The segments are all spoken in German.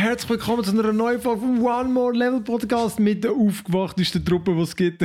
Herzlich willkommen zu einer neuen Folge vom One More Level Podcast mit der aufgewachtesten Truppe, die es gibt.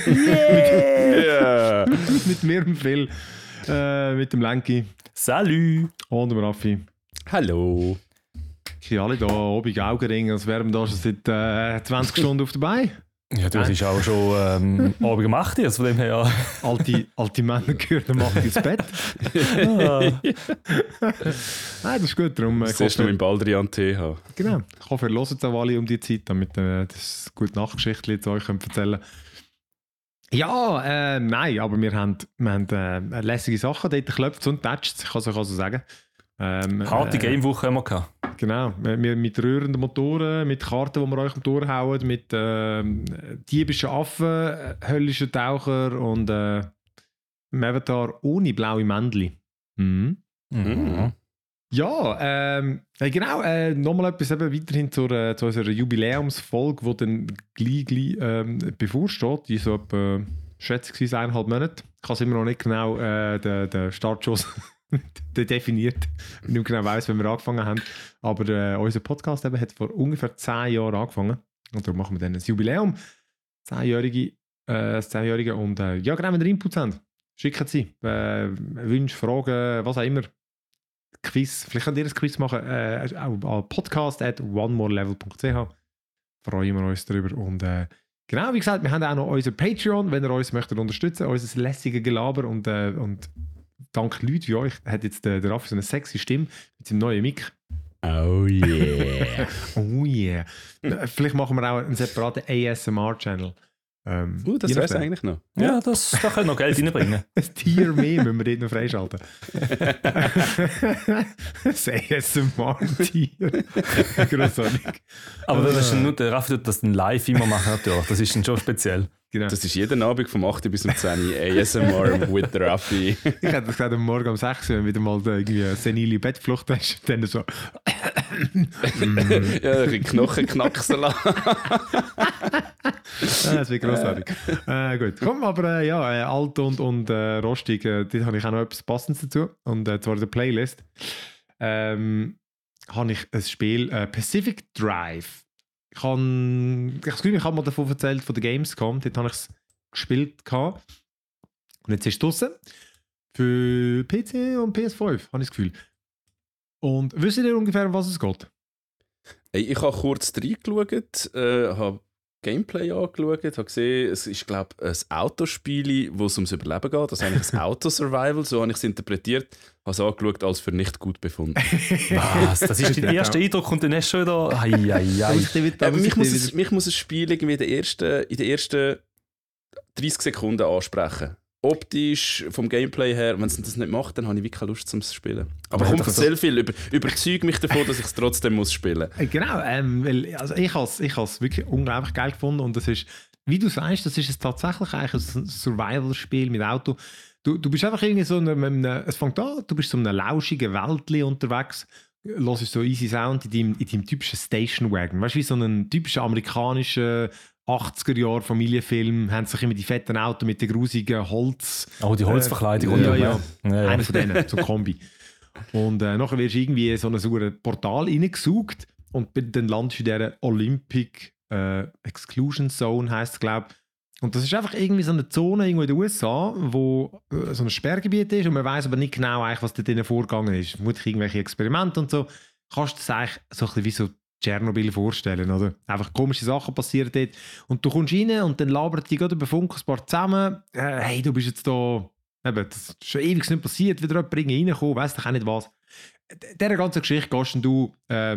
Yeah. Mit mir, dem Phil, mit dem Lenki. Salut. Und dem Raffi. Hallo. Ich alle da oben Augenring, als wären wir da schon seit 20 Stunden auf dabei. Ja, du bist auch schon Abend gemacht, also von dem her ja. Alte Männer gehören machen ins Bett. Nein, das ist gut. Darum, Das ist noch mit Baldrian TH. Genau. Ich hoffe, ihr hört es auch alle um die Zeit, damit das gute Nachtgeschichte zu euch erzählen können. Ja, nein, aber wir haben lässige Sachen. Dort klopft es und tätscht, ich kann es auch so sagen. Harte Game-Woche haben wir gehabt. Genau, mit rührenden Motoren, mit Karten, die wir euch um die Ohren hauen, mit diebischen Affen, höllischen Taucher und einem Avatar ohne blaue Männchen. Mhm. Mhm. Ja, genau, nochmal etwas eben weiterhin zu unserer Jubiläumsfolge, die dann gleich bevorsteht, die so etwa, schätze ich, 1,5 Monate. Ich kann es immer noch nicht genau den Startschuss definiert. Ich nicht genau weiss, wenn wir angefangen haben. Aber unser Podcast eben hat vor ungefähr 10 Jahren angefangen. Und darum machen wir dann ein Jubiläum. 10-Jährige. Und ja, genau, wenn ihr Inputs habt, schicken Sie. Wünsche, Fragen, was auch immer. Quiz. Vielleicht könnt ihr ein Quiz machen. An podcast@onemorelevel.ch. Freuen wir uns darüber. Und genau, wie gesagt, wir haben auch noch unser Patreon, wenn ihr uns möchtet unterstützen, unser lässiges Gelaber und dank Leuten wie euch hat jetzt der Raffi so eine sexy Stimme mit seinem neuen Mic. Oh yeah. Oh yeah. Vielleicht machen wir auch einen separaten ASMR-Channel. Das wäre es eigentlich noch. Ja, da können wir noch Geld reinbringen. Ein Tier mehr müssen wir dort noch freischalten. Das ASMR-Tier. Grossartig. Aber das ist nur der Raffi, das dann live immer machen natürlich. Das ist dann schon speziell. Genau. Das ist jeden Abend vom 8 bis um 10 Uhr ASMR with the Raffi. Ich hätte gesagt, am Morgen um 6 Uhr, wenn wieder mal irgendwie eine senile Bettflucht hast, dann so. Ja, ein bisschen Knochenknacksen lassen. Das wird grossartig. Gut, komm, aber alt und rostig, dort habe ich auch noch etwas Passendes dazu. Und zwar in der Playlist habe ich ein Spiel Pacific Drive. Ich habe mal davon erzählt, von der Gamescom. Dort habe ich es gespielt. Und jetzt ist es draussen. Für PC und PS5, habe ich das Gefühl. Und wisst ihr ungefähr, um was es geht? Hey, ich habe kurz reingeschaut, habe Gameplay angeschaut, habe gesehen, es ist, glaube ich, ein Autospiel, wo es ums Überleben geht. Das ist eigentlich ein Auto-Survival, so habe ich es interpretiert. Habe es angeschaut, als für nicht gut befunden. Was? Das ist dein erster Eindruck und dann hast du schon wieder... Aber mich muss ein Spiel irgendwie in den ersten 30 Sekunden ansprechen. Optisch, vom Gameplay her, wenn es das nicht macht, dann habe ich wirklich keine Lust zum Spielen. Aber komm, erzähl viel, überzeug mich davon, dass ich es trotzdem muss spielen muss. Genau, weil, also ich habe es wirklich unglaublich geil gefunden und das ist, wie du sagst, das ist tatsächlich eigentlich ein Survival-Spiel mit Auto. Du bist einfach irgendwie so es fängt an, du bist so in einem lauschigen Wäldchen unterwegs, hörst so easy Sound in deinem typischen Station Wagon. Weißt du, wie so einen typischen amerikanischen 80er-Jahre-Familienfilm, haben sich immer die fetten Autos mit den grusigen Holz... Oh, die Holzverkleidung. Ja. Einer von denen, so ein Kombi. Und nachher wirst du irgendwie in so ein Portal reingesaugt und dann landest du in dieser Olympic Exclusion Zone, heisst es, glaube ich. Und das ist einfach irgendwie so eine Zone irgendwo in den USA, wo so ein Sperrgebiet ist und man weiss aber nicht genau, eigentlich, was da drinnen vorgegangen ist. Vermutlich irgendwelche Experimente und so. Kannst du das eigentlich so ein bisschen wie so Tschernobyl vorstellen, oder? Einfach komische Sachen passieren dort. Und du kommst rein und dann labert die gerade über Funk ein paar zusammen. Hey, du bist jetzt da... Eben, das ist schon ewig nicht passiert, wieder jemand reinkommen, weiss doch auch nicht was. Dieser ganzen Geschichte gehst du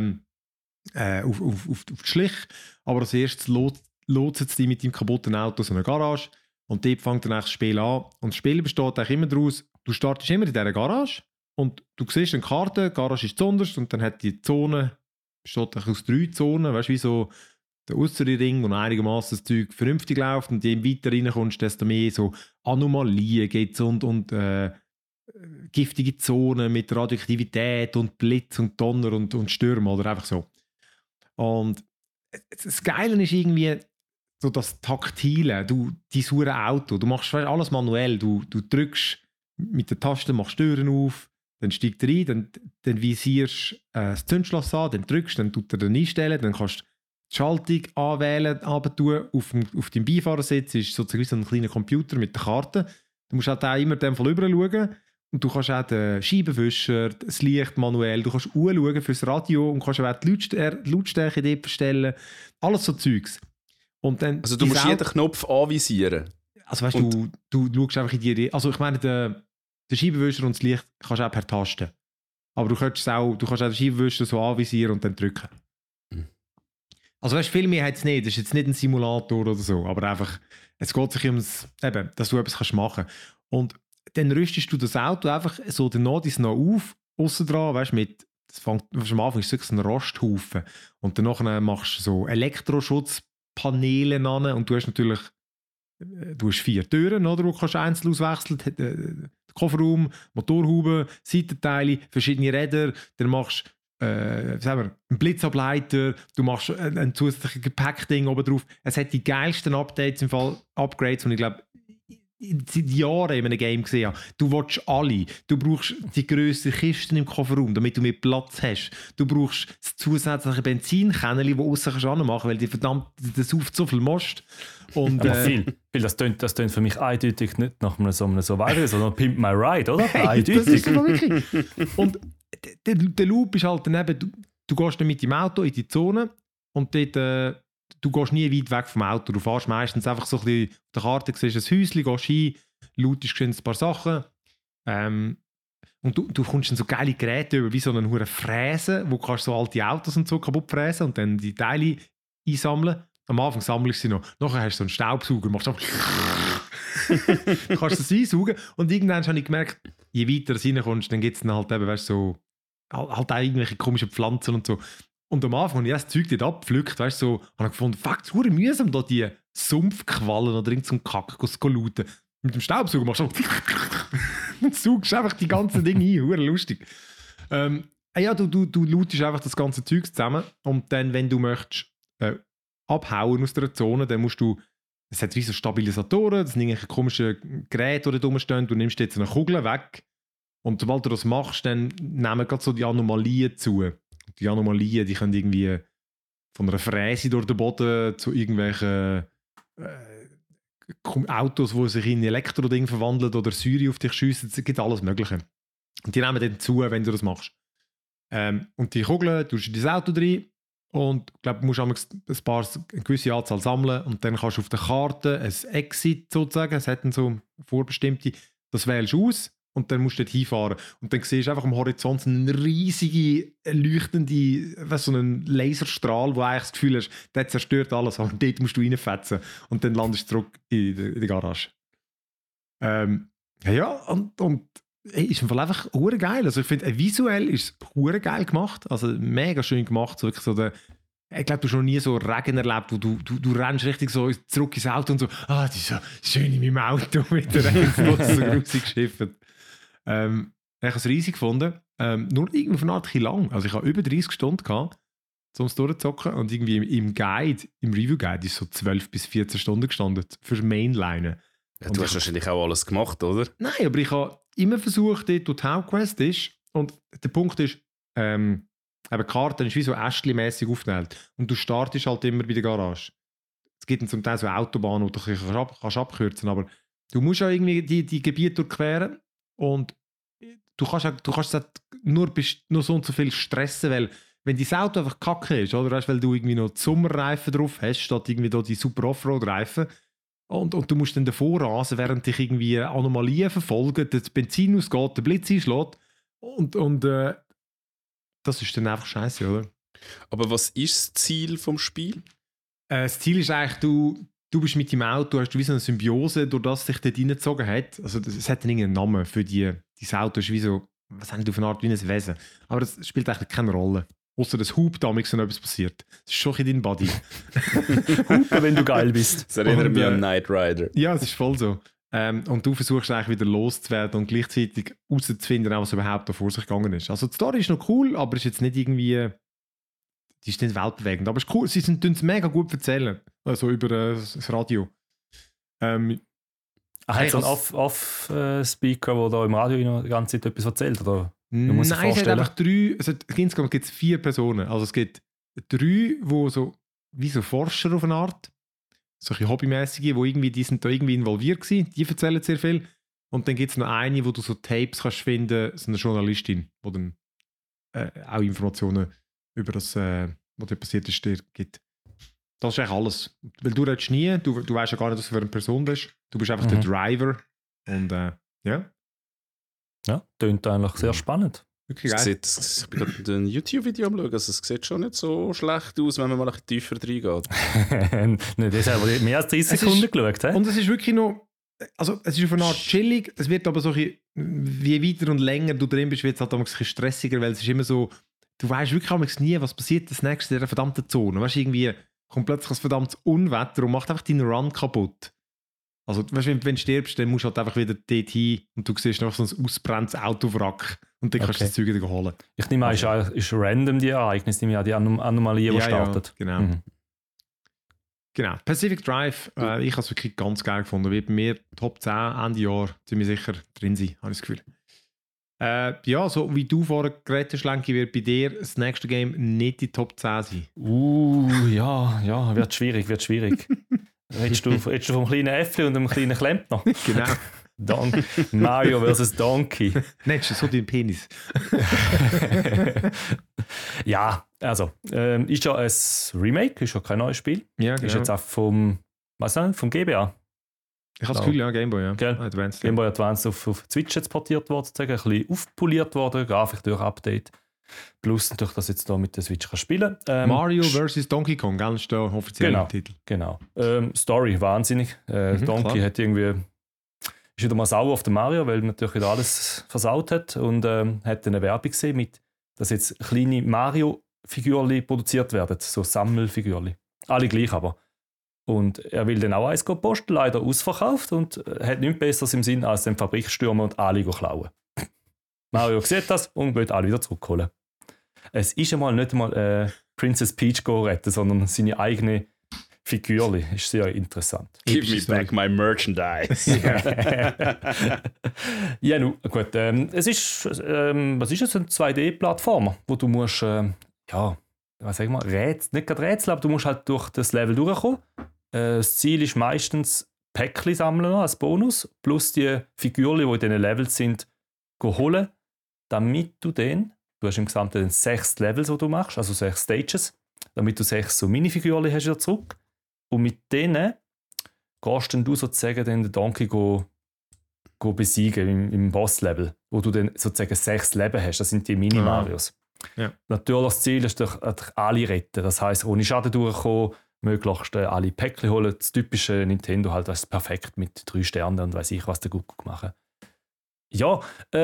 auf die Schlich, aber als erstes lotsen sie dich mit deinem kaputten Auto so eine Garage und dort fängt dann das Spiel an. Und das Spiel besteht eigentlich immer daraus, du startest immer in dieser Garage und du siehst eine Karte, die Garage ist besonders und dann hat die Zone, besteht aus 3 Zonen, weißt du, wie so der äußere Ring, wo einigermaßen das Zeug vernünftig läuft und je weiter reinkommst, desto mehr so Anomalien gibt es und giftige Zonen mit Radioaktivität und Blitz und Donner und Stürme oder einfach so. Und das Geile ist irgendwie so das Taktile, dein saure Auto, du machst alles manuell, du drückst mit der Taste, machst Türen auf, dann steigt er ein, dann visierst du das Zündschloss an, dann drückst, dann tut er den einstellen, dann kannst du die Schaltung anwählen, runter auf deinem Beifahrersitz ist sozusagen wie so ein kleiner Computer mit der Karte. Du musst halt auch immer in dem Fall rüber schauen und du kannst auch den Scheibenwischer, das Licht manuell, du kannst schauen fürs Radio und kannst auch die Lautstärke dort verstellen. Alles so Zeugs. Und dann also du musst jeden Knopf anvisieren. Also weißt du schaust einfach in die Idee. Also ich meine, der Scheibenwischer und das Licht kannst du auch per Taste. Aber du kannst auch den Scheibenwischer so anvisieren und dann drücken. Also weißt du, viel mehr hat es nicht. Das ist jetzt nicht ein Simulator oder so, aber einfach, es geht sich ums, eben, dass du etwas machen kannst. Und dann rüstest du das Auto einfach so den Nodis noch auf, aussen dran, weißt du, am Anfang ist es wirklich so ein Rosthaufen. Und dann machst du so Elektroschutzpaneele an und du hast natürlich, du hast 4 Türen, oder, wo du kannst einzeln auswechseln, Kofferraum, Motorhaube, Seitenteile, verschiedene Räder, dann machst du einen Blitzableiter, du machst ein zusätzliches Gepäckding oben drauf. Es hat die geilsten Updates im Fall, Upgrades, und ich glaube, seit Jahren in einem Game gesehen habe. Du willst alle. Du brauchst die grössten Kisten im Kofferraum, damit du mehr Platz hast. Du brauchst das zusätzliche Benzinkennel, das du aussen machen, weil die verdammt, das sauft so viel Most. Und, aber viel. Das tönt für mich eindeutig nicht nach einem so weiter, sondern Pimp My Ride, oder? Hey, eindeutig. Das ist wirklich. Und der Loop ist halt daneben, du gehst dann mit dem Auto in die Zone und dort, du gehst nie weit weg vom Auto. Du fährst meistens einfach so ein bisschen auf der Karte, siehst ein Häuschen, gehst hin, lautest ein paar Sachen. Und du kommst dann so geile Geräte über, wie so eine hure Fräse, wo du kannst so alte Autos und so kaputt fräsen und dann die Teile einsammeln. Am Anfang sammelst du sie noch. Nachher hast du so einen Staubsauger, machst du kannst das einsaugen. Und irgendwann habe ich gemerkt, je weiter du reinkommst, dann gibt es dann halt eben, weißt, so, halt auch irgendwelche komischen Pflanzen und so. Und am Anfang habe ich das Zeug dort abgepflückt, weißt du, so, habe ich gefunden, fuck, es ist verdammt mühsam, da die Sumpfquallen oder irgend so einen Kack zu lauten. Mit dem Staubsauger machst du so, und saugst einfach die ganzen Dinge ein, verdammt lustig. Ja, du lautest einfach das ganze Zeug zusammen und dann, wenn du möchtest abhauen aus der Zone, dann musst du, es hat wie so Stabilisatoren, das sind irgendwelche komischen Geräte, die da rumstehen, du nimmst jetzt eine Kugel weg und sobald du das machst, dann nehmen gerade so die Anomalien zu. Die Anomalien, die können irgendwie von einer Fräse durch den Boden zu irgendwelchen Autos, die sich in Elektroding verwandeln oder Säure auf dich schiessen, es gibt alles Mögliche. Und die nehmen dann zu, wenn du das machst. Und die Kugeln tust du in dein Auto rein und ich glaube, du musst eine gewisse Anzahl sammeln und dann kannst du auf der Karte ein Exit sozusagen, es hat dann so vorbestimmte, das wählst du aus und dann musst du dort hinfahren. Und dann siehst du einfach am Horizont so eine riesige, leuchtende, so einen Laserstrahl, wo du eigentlich das Gefühl hast, der zerstört alles, aber dort musst du reinfetzen und dann landest du zurück in der Garage. Ja, und ist im Fall einfach hure geil. Also ich finde, visuell ist es hure geil gemacht. Also mega schön gemacht. So wirklich so ich glaube, du hast noch nie so Regen erlebt, wo du rennst richtig so zurück ins Auto und so, das ist so schön in meinem Auto mit der Regen, so grusig geschifft. Ich habe es riesig gefunden. Nur irgendwie auf eine Art lang. Also ich habe über 30 Stunden gehabt, um es durchzuzocken. Und irgendwie im Review-Guide ist so 12 bis 14 Stunden gestanden für Mainline. Ja, du hast wahrscheinlich auch alles gemacht, oder? Nein, aber ich habe immer versucht, dort wo die Hauptquest ist. Und der Punkt ist, eben die Karte ist wie so ästchenmässig aufgeteilt. Und du startest halt immer bei der Garage. Es gibt dann zum Teil so Autobahnen, wo du kannst abkürzen, aber du musst ja irgendwie die Gebiete durchqueren und du kannst nur so und so viel stressen, weil wenn dein Auto einfach kacke ist, oder weil du irgendwie noch die Sommerreifen drauf hast, statt irgendwie da die super Offroad-Reifen, und du musst dann davor rasen, während dich irgendwie Anomalien verfolgen, das Benzin ausgeht, der Blitz einschlägt und das ist dann einfach scheiße, oder? Aber was ist das Ziel vom Spiel? Das Ziel ist eigentlich, du bist mit deinem Auto, hast du wie so eine Symbiose, durch das sich dort reingezogen hat. Also es hat dann irgendeinen Namen für dein Auto ist wie so, was haben die auf eine Art wie ein Wesen. Aber das spielt eigentlich keine Rolle. Außer das Hupt, damit so etwas passiert. Das ist schon in deinem Body. Hupen, wenn du geil bist. Das erinnert mich an Knight Rider. Ja, es ist voll so. Und du versuchst eigentlich wieder loszuwerden und gleichzeitig herauszufinden, was überhaupt da vor sich gegangen ist. Also die Story ist noch cool, aber ist jetzt nicht irgendwie, die ist nicht weltbewegend. Aber es ist cool, sie tun es mega gut erzählen. Also über das Radio. Hat so einen Off-Speaker, der da im Radio die ganze Zeit etwas erzählt? Oder? Nein, es hat einfach 3, insgesamt gibt es 4 Personen. Also es gibt 3, die so, wie so Forscher auf eine Art, solche Hobbymäßige, die sind da irgendwie involviert gewesen, die erzählen sehr viel. Und dann gibt es noch eine, wo du so Tapes kannst finden, so eine Journalistin, die dann auch Informationen über das, was da passiert ist, dir gibt. Das ist eigentlich alles. Weil du redest nie, du weißt ja gar nicht, was du für eine Person bist. Du bist einfach der Driver. Und ja. Ja, klingt eigentlich sehr spannend. Wirklich geil. Ich bin gerade ein YouTube-Video am schauen, also es sieht schon nicht so schlecht aus, wenn man mal ein bisschen tiefer reingeht. Das haben wir mehr als 30 Sekunden geschaut. He? Und es ist wirklich noch, also es ist auf eine Art chillig, es wird aber so ein bisschen, je weiter und länger du drin bist, wird es halt ein bisschen stressiger, weil es ist immer so, du weißt wirklich nie, was passiert das nächste in dieser verdammten Zone. Weißt du, irgendwie kommt plötzlich ein verdammtes Unwetter und macht einfach deinen Run kaputt. Also, weißt, wenn du stirbst, dann musst du halt einfach wieder dort hin und du siehst noch so ein ausbrennendes Autowrack und dann kannst du das Zeug wieder holen. Ich nehme an, ist random die Ereignisse, die Anomalie, die startet. Ja, genau. Genau. Pacific Drive, ich habe es wirklich ganz geil gefunden. Wird bei mir Top 10 Ende Jahr ziemlich sicher drin sein, habe ich das Gefühl. Ja, so wie du vorher geredet hast, Lenki, wird bei dir das nächste Game nicht die Top 10 sein. Ja, wird schwierig. Redest du vom kleinen Äffli und dem kleinen Klempner? Genau. Mario vs. Donkey. Nennst du so deinen Penis? Ja, also, ist ja ein Remake, ist ja kein neues Spiel. Ja, genau. Ist jetzt auch vom GBA. Ich habe das Gefühl, ja, Gameboy, ja. Advanced, Gameboy Advance auf Switch jetzt portiert worden, sozusagen, ein bisschen aufpoliert worden, Grafik durch Update. Plus natürlich, dass jetzt da mit der Switch kann spielen. Mario vs. Donkey Kong, ganz ist der offizielle Titel. Genau. Story, wahnsinnig. Donkey hat irgendwie, ist wieder mal sauer auf den Mario, weil er natürlich wieder alles versaut hat und hat eine Werbung gesehen, mit, dass jetzt kleine Mario-Figürchen produziert werden, so Sammelfigürchen. Alle gleich aber. Und er will dann auch eins posten, leider ausverkauft und hat nichts Besseres im Sinn, als den Fabrik stürmen und alle klauen. Mario sieht das und will alle wieder zurückholen. Es ist einmal nicht einmal Princess Peach retten, sondern seine eigene Figürchen. Ist sehr interessant. Give me back my merchandise. Ja, nun, gut. Es ist, was ist es, ein 2D-Plattformer, wo du musst, was sag ich mal, nicht gerade Rätsel, aber du musst halt durch das Level durchkommen. Das Ziel ist meistens Päckchen sammeln als Bonus, plus die Figürchen, die in diesen Levels sind, holen, damit du hast im Gesamten 6 Levels, die du machst, also 6 Stages, damit du 6 so Minifigürchen hast wieder zurück. Und mit denen gehst du sozusagen den Donkey besiegen im Boss-Level, wo du dann sozusagen 6 Leben hast. Das sind die Mini-Marios. Ja. Natürlich das Ziel ist, alle retten. Das heisst, ohne Schaden durchkommen, möglichst alle Päckchen holen. Das typische Nintendo halt, das ist perfekt mit 3 Sternen und weiss ich, was der gut machen. Ja,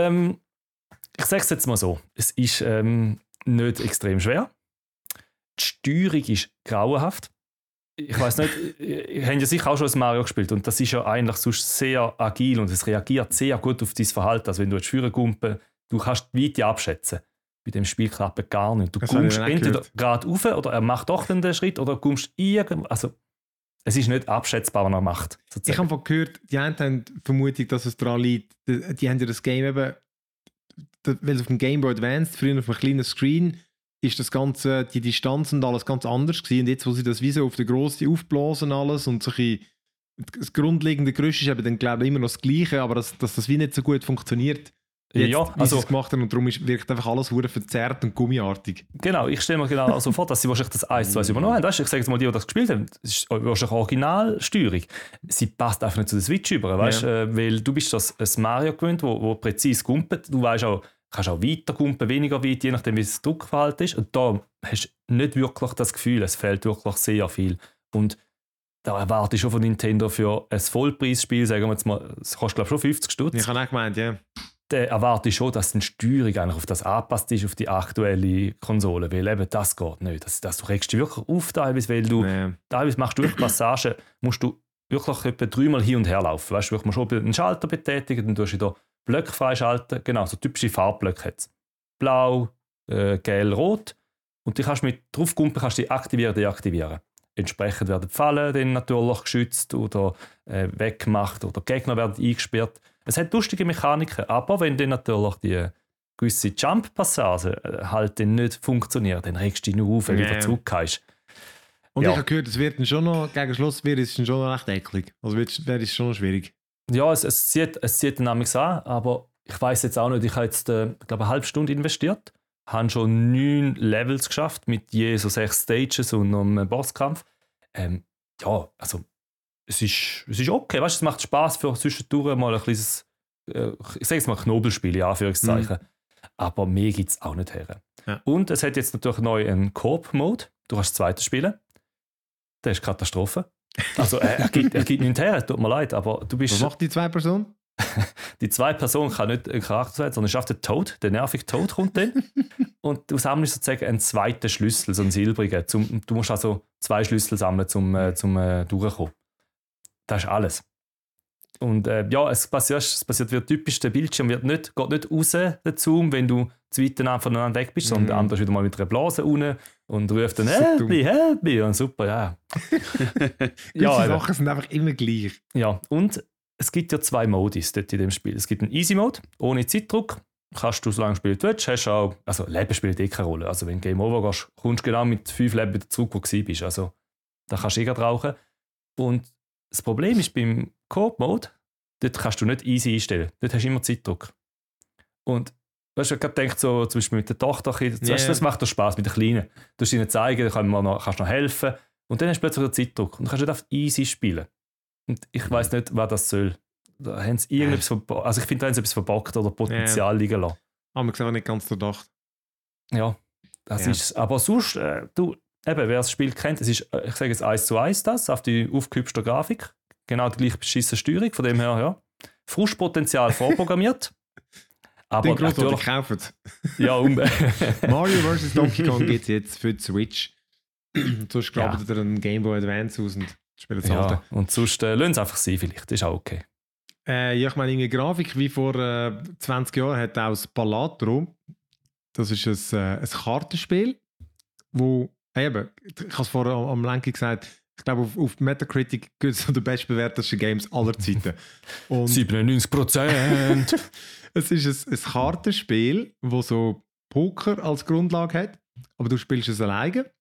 ich sage es jetzt mal so. Es ist nicht extrem schwer. Die Steuerung ist grauenhaft. Ich weiss nicht, ihr habt ja sicher auch schon das Mario gespielt und das ist ja eigentlich sonst sehr agil und es reagiert sehr gut auf dein Verhalten. Also wenn du führen Gumpen, du kannst die Weite abschätzen. Bei dem Spiel klappt gar nicht. Du kommst entweder gerade rauf oder er macht doch dann den Schritt oder du kommst irgendwo. Also es ist nicht abschätzbar, was er macht. Sozusagen. Ich habe von gehört, die einen haben die Vermutung, dass es daran liegt, die haben ja das Game eben, weil es auf dem Game Boy Advance, früher auf einem kleinen Screen, ist das Ganze, die Distanz und alles ganz anders gewesen. Und jetzt, wo sie das wie so auf der Grosse aufblasen alles und so das grundlegende Gerüst ist eben dann, glaube ich, immer noch das Gleiche, aber dass das wie nicht so gut funktioniert, jetzt, ja, wie sie es gemacht haben, und darum wirkt einfach alles verdammt verzerrt und gummiartig. Genau, ich stelle mir genau so vor, dass sie wahrscheinlich das 1:2 übernommen haben. Weißt, ich sage jetzt mal, die das gespielt haben, das ist wahrscheinlich Originalsteuerung. Sie passt einfach nicht zu der Switch über, weißt? Ja. Weil du bist das Mario gewöhnt, wo präzise gumpet. Du weißt auch, kannst auch weiter kumpen, weniger weit, je nachdem, wie das Druckverhalten ist. Und da hast du nicht wirklich das Gefühl, es fehlt wirklich sehr viel. Und da erwarte ich schon von Nintendo für ein Vollpreisspiel, sagen wir jetzt mal, es kostet glaube ich schon 50 Stutz. Ich habe auch gemeint, ja. Da erwarte ich schon, dass die Steuerung eigentlich auf das angepasst ist, auf die aktuelle Konsole, weil eben das geht nicht. Du regst dich wirklich auf teilweise, weil du teilweise machst du wirklich Passagen, musst du wirklich etwa 3-mal hin und her laufen. Weißt du, du musst schon einen Schalter betätigen, dann tust du wieder Blöcke freischalten. Genau, so typische Farbblöcke hat es. Blau, Gelb, Rot. Und die kannst mit draufkumpen, kannst du die aktivieren, deaktivieren. Entsprechend werden die Fallen dann natürlich geschützt oder weggemacht oder Gegner werden eingesperrt. Es hat lustige Mechaniken, aber wenn dann natürlich die gewisse Jump-Passagen halt dann nicht funktionieren, dann regst du dich nur auf, wenn du wieder zurückkommst. Und ich habe gehört, es wird dann schon noch, gegen Schluss wird es schon noch recht eklig. Also wäre es schon noch schwierig. Ja, es zieht dann an, aber ich weiss jetzt auch nicht, ich habe jetzt, glaube eine halbe Stunde investiert, habe schon 9 Levels geschafft, mit je so 6 Stages und noch einem Bosskampf. Ja, also es ist okay, weißt, es macht Spass für zwischendurch mal ein kleines, ich sage jetzt mal Knobelspiel, in Anführungszeichen. Aber mehr gibt es auch nicht her. Ja. Und es hat jetzt natürlich neu einen Coop-Mode, du kannst das zweite spielen. Das ist Katastrophe. Also er gibt nichts her, tut mir leid, aber du bist... Was macht die 2 Personen? Die 2 Personen kann nicht einen Charakter sein, sondern schafft den Toad, der nervige Toad kommt dann. Und du sammelst sozusagen einen zweiten Schlüssel, so einen silbrigen. Du musst also 2 Schlüssel sammeln, zum durchkommen. Das ist alles. Und ja, es passiert wie typisch, der Bildschirm geht nicht raus, der Zoom, wenn du zu weit voneinander weg bist, sondern der andere ist wieder mal mit einer Blase unten und ruft dann help me und super, ja. Ja, Sachen sind einfach immer gleich. Ja, und es gibt ja 2 Modis dort in dem Spiel. Es gibt einen Easy-Mode, ohne Zeitdruck. Kannst du so lange spielen, du willst, hast auch, also Leben spielt keine Rolle. Also wenn du Game Over gehst, kommst du genau mit 5 Leben wieder zurück, wo du bist. Also da kannst du rauchen. Und das Problem ist beim Coop-Mode, dort kannst du nicht easy einstellen. Dort hast du immer Zeitdruck. Und weißt du, ich habe gedacht, so, zum Beispiel mit der Tochter, das macht doch Spaß mit der Kleinen. Du kannst ihnen zeigen, kannst noch helfen. Und dann hast du plötzlich den Zeitdruck. Und du kannst nicht auf easy spielen. Und ich weiss nicht, was das soll. Da haben sie irgendetwas also ich finde, da haben sie etwas verbockt oder Potenzial liegen lassen. Aber man sieht nicht ganz durchdacht. Ja, das ist aber sonst, du, eben, wer das Spiel kennt, es ist, ich sage jetzt 1:1 das, auf die aufgehübschte Grafik. Genau die gleiche beschissene Steuerung, von dem her, ja. Frustpotenzial vorprogrammiert. Aber den Grund, den kaufen. Ja, Mario vs. Donkey Kong geht es jetzt für die Switch. Sonst grabt ihr einen Game Boy Advance aus und spielt es halt. Und sonst lassen sie einfach sein, vielleicht. Ist auch okay. Ja, ich meine, eine Grafik wie vor 20 Jahren hat auch das Balatro. Das ist ein Kartenspiel, wo eben, ich habe es vorher am Lenki gesagt, ich glaube, auf Metacritic gibt es so die bestbewertesten Games aller Zeiten. Und 97%! Es ist ein Kartenspiel, das so Poker als Grundlage hat, aber du spielst es alleine.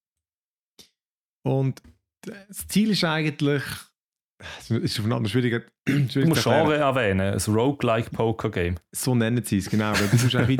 Und das Ziel ist eigentlich, es ist aufeinander schwierig. Du musst Genre erwähnen, ein Roguelike Poker Game. So nennen sie es, genau. Weil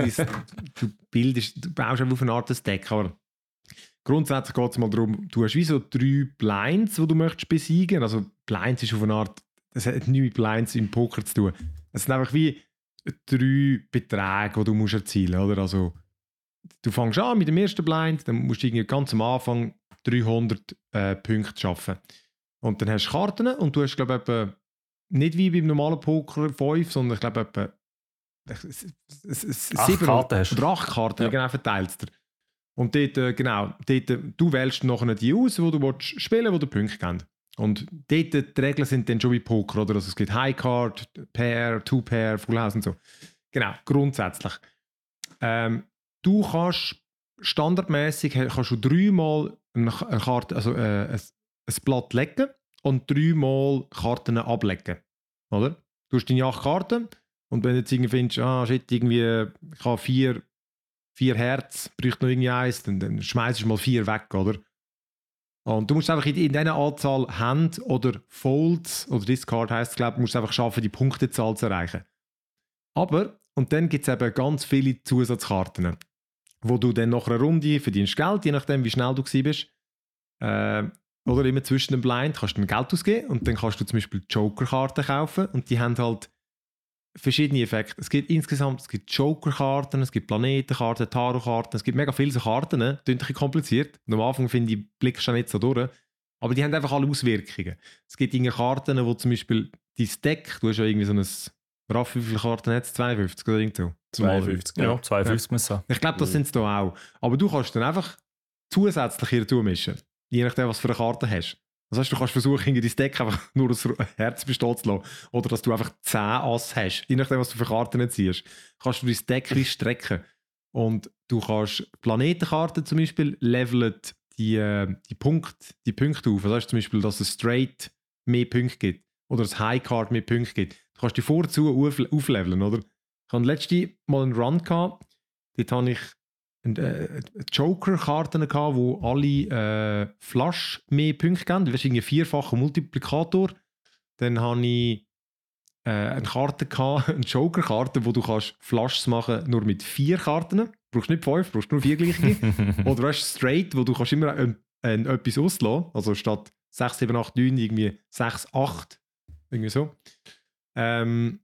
du baust einfach auf eine Art Deck. Aber grundsätzlich geht es mal darum, du hast wie so 3 Blinds, die du möchtest besiegen. Also Blinds ist auf eine Art, es hat nichts mit Blinds im Poker zu tun. Es sind einfach wie 3 Beträge, die du musst erzielen musst. Also, du fängst an mit dem ersten Blind, dann musst du ganz am Anfang 300 Punkte schaffen. Und dann hast du Karten und du hast, glaube ich, etwa, nicht wie beim normalen Poker 5, sondern ich glaube, etwa 8 Karten hast oder 8 Karten, genau, verteilst du. Und dort, du wählst nachher die aus, die du spielen willst, die Punkte geben. Und dort, die Regeln sind dann schon wie Poker, oder? Also es gibt High Card, Pair, Two Pair, Full House und so. Genau, grundsätzlich. Du kannst standardmäßig kannst du 3-mal eine Karte, also ein Blatt legen und 3-mal Karten ablegen. Oder? Du hast deine 8 Karten und wenn du jetzt irgendwie findest, shit, irgendwie, ich habe 4 Herz, bräuchte noch irgendwie eins, dann schmeißt du mal 4 weg, oder? Und du musst einfach in dieser Anzahl Hand oder Folds, oder Discard heisst es, glaube ich, musst du einfach schaffen, die Punktezahl zu erreichen. Aber, und dann gibt es eben ganz viele Zusatzkarten, wo du dann nach einer Runde verdienst Geld, je nachdem, wie schnell du bist. Oder immer zwischen dem Blind kannst du dann Geld ausgeben und dann kannst du zum Beispiel Joker-Karten kaufen und die haben halt verschiedene Effekte. Es gibt Joker-Karten, es gibt Planetenkarten, Tarot-Karten, es gibt mega viele so Karten, klingt ein bisschen kompliziert. Und am Anfang finde ich, blickst du nicht so durch. Aber die haben einfach alle Auswirkungen. Es gibt Karten, wo zum Beispiel dein Deck, du hast ja irgendwie so ein, Raff, wie viele Karten hat es? 52 oder irgend so? 52, ja. 52 muss sein. Ich glaube, das sind es da auch. Aber du kannst dann einfach zusätzlich hier mischen. Je nachdem, was für eine Karte hast. Das heißt, du kannst versuchen, dein Deck einfach nur das Herz bestehen zu lassen. Oder dass du einfach 10 Ass hast. Je nachdem, was du für Karten ziehst. Kannst du dein Deck strecken. Und du kannst Planetenkarten zum Beispiel leveln die Punkte auf. Das heißt zum Beispiel, dass es Straight mehr Punkte gibt. Oder das High Card mehr Punkte gibt. Du kannst die vorzu aufleveln, oder? Ich hatte letztes Mal einen Run gehabt. Dort habe ich Joker-Karten gehabt, wo alle Flash mehr Punkte geben. Du hast irgendwie 4-facher Multiplikator. Dann habe ich eine Karte gehabt, eine Joker-Karte, wo du kannst Flashes machen nur mit 4 Karten. Du brauchst nicht 5, du brauchst nur 4 gleiche. Oder du hast Straight, wo du kannst immer etwas auslassen. Also statt 6, 7, 8, 9 irgendwie 6, 8. Irgendwie so. Und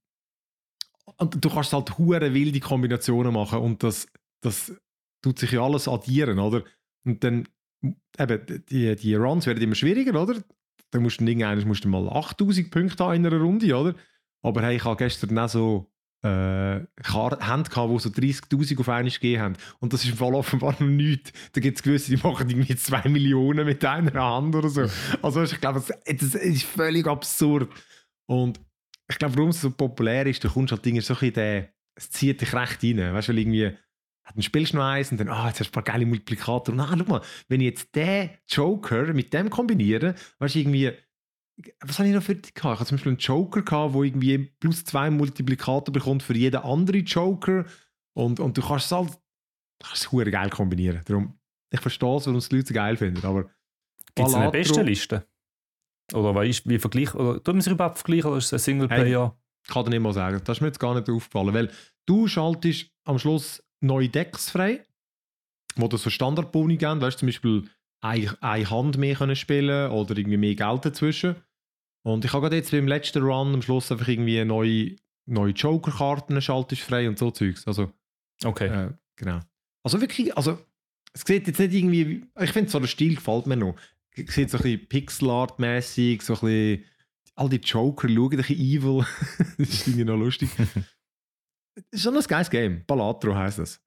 du kannst halt hure wilde Kombinationen machen und das tut sich ja alles addieren, oder? Und dann eben, die Runs werden immer schwieriger, oder? Dann musst du mal 8000 Punkte haben in einer Runde, oder? Aber hey, ich habe gestern auch so Hände gehabt, die so 30'000 auf einmal gegeben haben. Und das ist im Fall offenbar noch nichts. Da gibt es gewisse, die machen irgendwie 2 Millionen mit einer Hand oder so. Also ich glaube, das ist völlig absurd. Und ich glaube, warum es so populär ist, du kommst halt Dinge so ein bisschen, es zieht dich recht rein. Weißt du, weil irgendwie, dann spielst du noch eins und dann, jetzt hast du ein paar geile Multiplikatoren. Und schau mal, wenn ich jetzt den Joker mit dem kombiniere, weißt du, irgendwie, was habe ich noch für dich gehabt? Ich hatte zum Beispiel einen Joker gehabt, der irgendwie plus 2 Multiplikator bekommt für jeden anderen Joker. Und du kannst es halt, verdammt geil kombinieren. Darum, ich verstehe es, warum es die Leute so geil finden. Aber gibt es eine beste Liste? Oder wie Vergleich? Oder tun wir es überhaupt vergleichen? Oder ist es ein Singleplayer? Ich kann dir nicht mal sagen. Das ist mir jetzt gar nicht aufgefallen. Weil du schaltest am Schluss neue Decks frei, wo du so Standardboni geben. Weißt du, zum Beispiel eine Hand mehr können spielen oder irgendwie mehr Geld dazwischen. Und ich habe gerade jetzt beim letzten Run am Schluss einfach irgendwie neue Joker-Karten schaltest frei und so Zeugs. Also, okay. Genau. Also wirklich, also es sieht jetzt nicht irgendwie, ich finde so der Stil gefällt mir noch. Es sieht so ein bisschen Pixel-Art-mäßig, so ein bisschen, all die Joker schauen ein bisschen evil. Das ist irgendwie noch lustig. Es ist schon ein geiles Game. Balatro heisst es.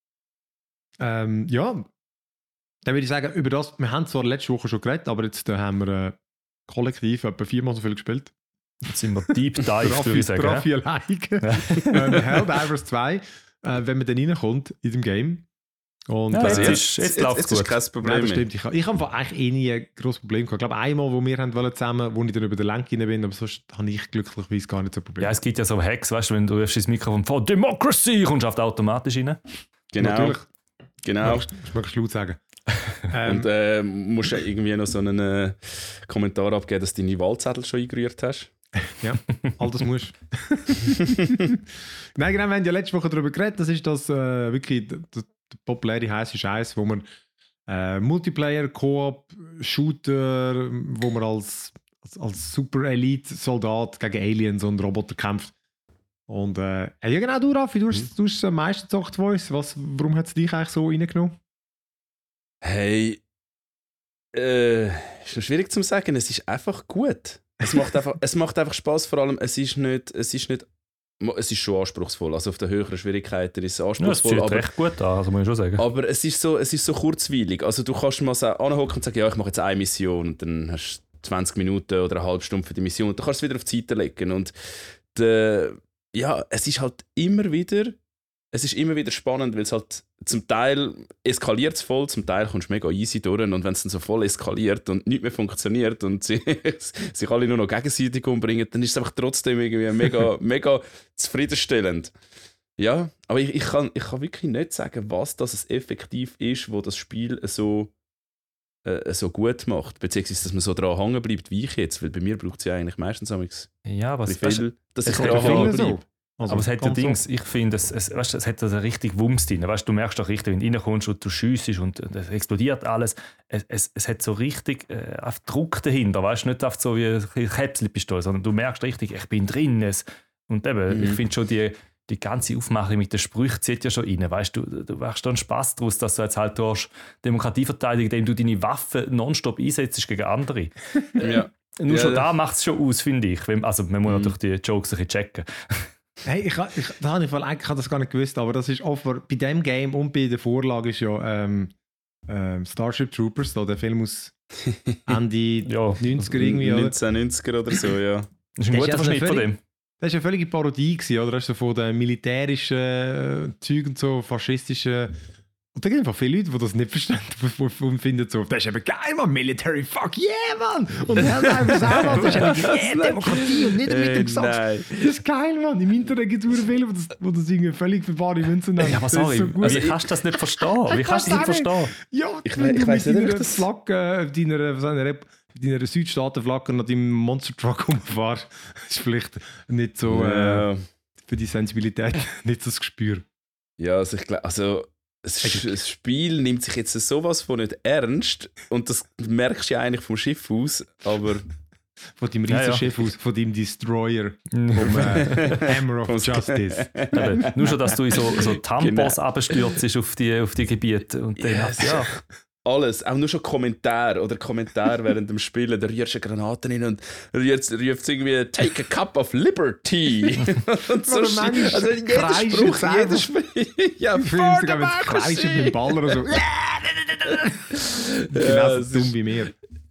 Ja, dann würde ich sagen, über das, wir haben zwar letzte Woche schon geredet, aber jetzt haben wir kollektiv etwa 4-mal so viel gespielt. Jetzt sind wir Deep Dive, würde ich sagen. Profi alleine. Helldivers 2, wenn man dann reinkommt in dem Game. Und ja, jetzt läuft es gut. Kein Problem. Ja, das stimmt. Ich habe eigentlich nie ein grosses Problem gehabt. Ich glaube, einmal, wo wir zusammen, wo ich dann über den Lenk rein bin, aber sonst habe ich glücklicherweise gar nicht so ein Problem. Ja, es gibt ja so Hacks, weißt du, wenn du ins Mikrofon von Democracy kommst, auf automatisch rein. Genau. Natürlich. Genau. Das möchtest du laut sagen. Und musst du irgendwie noch so einen Kommentar abgeben, dass du deine Wahlzettel schon eingerührt hast. Ja, all das musst du. Nein, genau, wir haben ja letzte Woche darüber geredet. Das ist das wirklich der populäre heiße Scheiß, wo man Multiplayer, Koop, Shooter, wo man als Super Elite-Soldat gegen Aliens und Roboter kämpft. Und ja genau, du Raffi, du hast am meisten gezockt von uns. Warum hat es dich eigentlich so reingenommen? Hey, ist noch schwierig zu sagen. Es ist einfach gut. Es macht einfach Spaß. Vor allem, es ist schon anspruchsvoll. Also auf den höheren Schwierigkeiten ist es anspruchsvoll. Ja, es fühlt recht gut an, also muss ich schon sagen. Aber es ist so kurzweilig. Also du kannst mal anhocken und sagen, ja, ich mache jetzt eine Mission und dann hast du 20 Minuten oder eine halbe Stunde für die Mission und dann kannst du es wieder auf die Seite legen. Und es ist halt immer wieder spannend, weil es halt zum Teil eskaliert es voll, zum Teil kommst du mega easy durch und wenn es dann so voll eskaliert und nichts mehr funktioniert und sie sich alle nur noch gegenseitig umbringen, dann ist es einfach trotzdem irgendwie mega, mega zufriedenstellend. Ja, aber ich kann wirklich nicht sagen, was das effektiv ist, wo das Spiel so gut macht, beziehungsweise dass man so dran hängen bleibt wie ich jetzt, weil bei mir braucht es ja eigentlich meistens dass ich dran hängen bleibe. Also, aber es hat ja Dings, ich finde, es hat da richtig Wumms drin. Weißt, du merkst doch richtig, wenn du reinkommst und du schiessest und es explodiert alles. Es hat so richtig auf Druck dahinter. Weißt, nicht auf so wie eine Käpselpistole, sondern du merkst richtig, ich bin drin. Und eben, ich finde schon die ganze Aufmachung mit den Sprüchen zieht ja schon rein. Weißt, du machst da einen Spass daraus, dass du jetzt halt Demokratie verteidigst, indem du deine Waffen nonstop einsetzt gegen andere. Ja. Nur schon da macht es schon aus, finde ich. Also man muss natürlich die Jokes ein bisschen checken. Hey, ich habe das gar nicht gewusst, aber das ist offenbar bei dem Game und bei der Vorlage ist ja Starship Troopers, da der Film aus Ende 90er irgendwie, oder? 1990er oder so, ja. Das ist ein guter Verschnitt von dem. Das war eine völlige Parodie, oder? Das ist so von den militärischen Zeugen und so faschistischen Und da gibt es einfach viele Leute, die das nicht verstehen und finden so, das ist eben geil, Mann, Military, fuck yeah, Mann! Und Helldivers auch, Mann, das ist eben Demokratie und nicht mit dem Gesetz. Das ist geil, Mann. Im Internet gibt es viele, die das irgendwie völlig für bare Münze nehmen. Ja, aber sorry, so also wie kannst du das nicht verstehen? Wie kannst du das nicht verstehen? Ja, ich weiss nicht, ob ich das Flagge, deiner Südstaaten-Flagge nach deinem Monster-Truck rumfahrst, ist vielleicht nicht so für die Sensibilität nicht so das Gespür. Ja, also ich glaube, das Spiel nimmt sich jetzt sowas von nicht ernst und das merkst du ja eigentlich vom Schiff aus, aber... Von deinem Riesenschiff aus, von deinem Destroyer, vom Hammer of Justice. Nur schon, dass du in so Tampons abstürzt auf die Gebiete und dann alles, auch nur schon Kommentar während dem Spielen, da rührst du Granaten hin und rührst irgendwie «Take a cup of liberty». Und so also jeder Spruch, jeder Spiel. Ja, ich finde sogar, wenn es kreischt mit dem Ball oder so. Genau so dumm wie mir.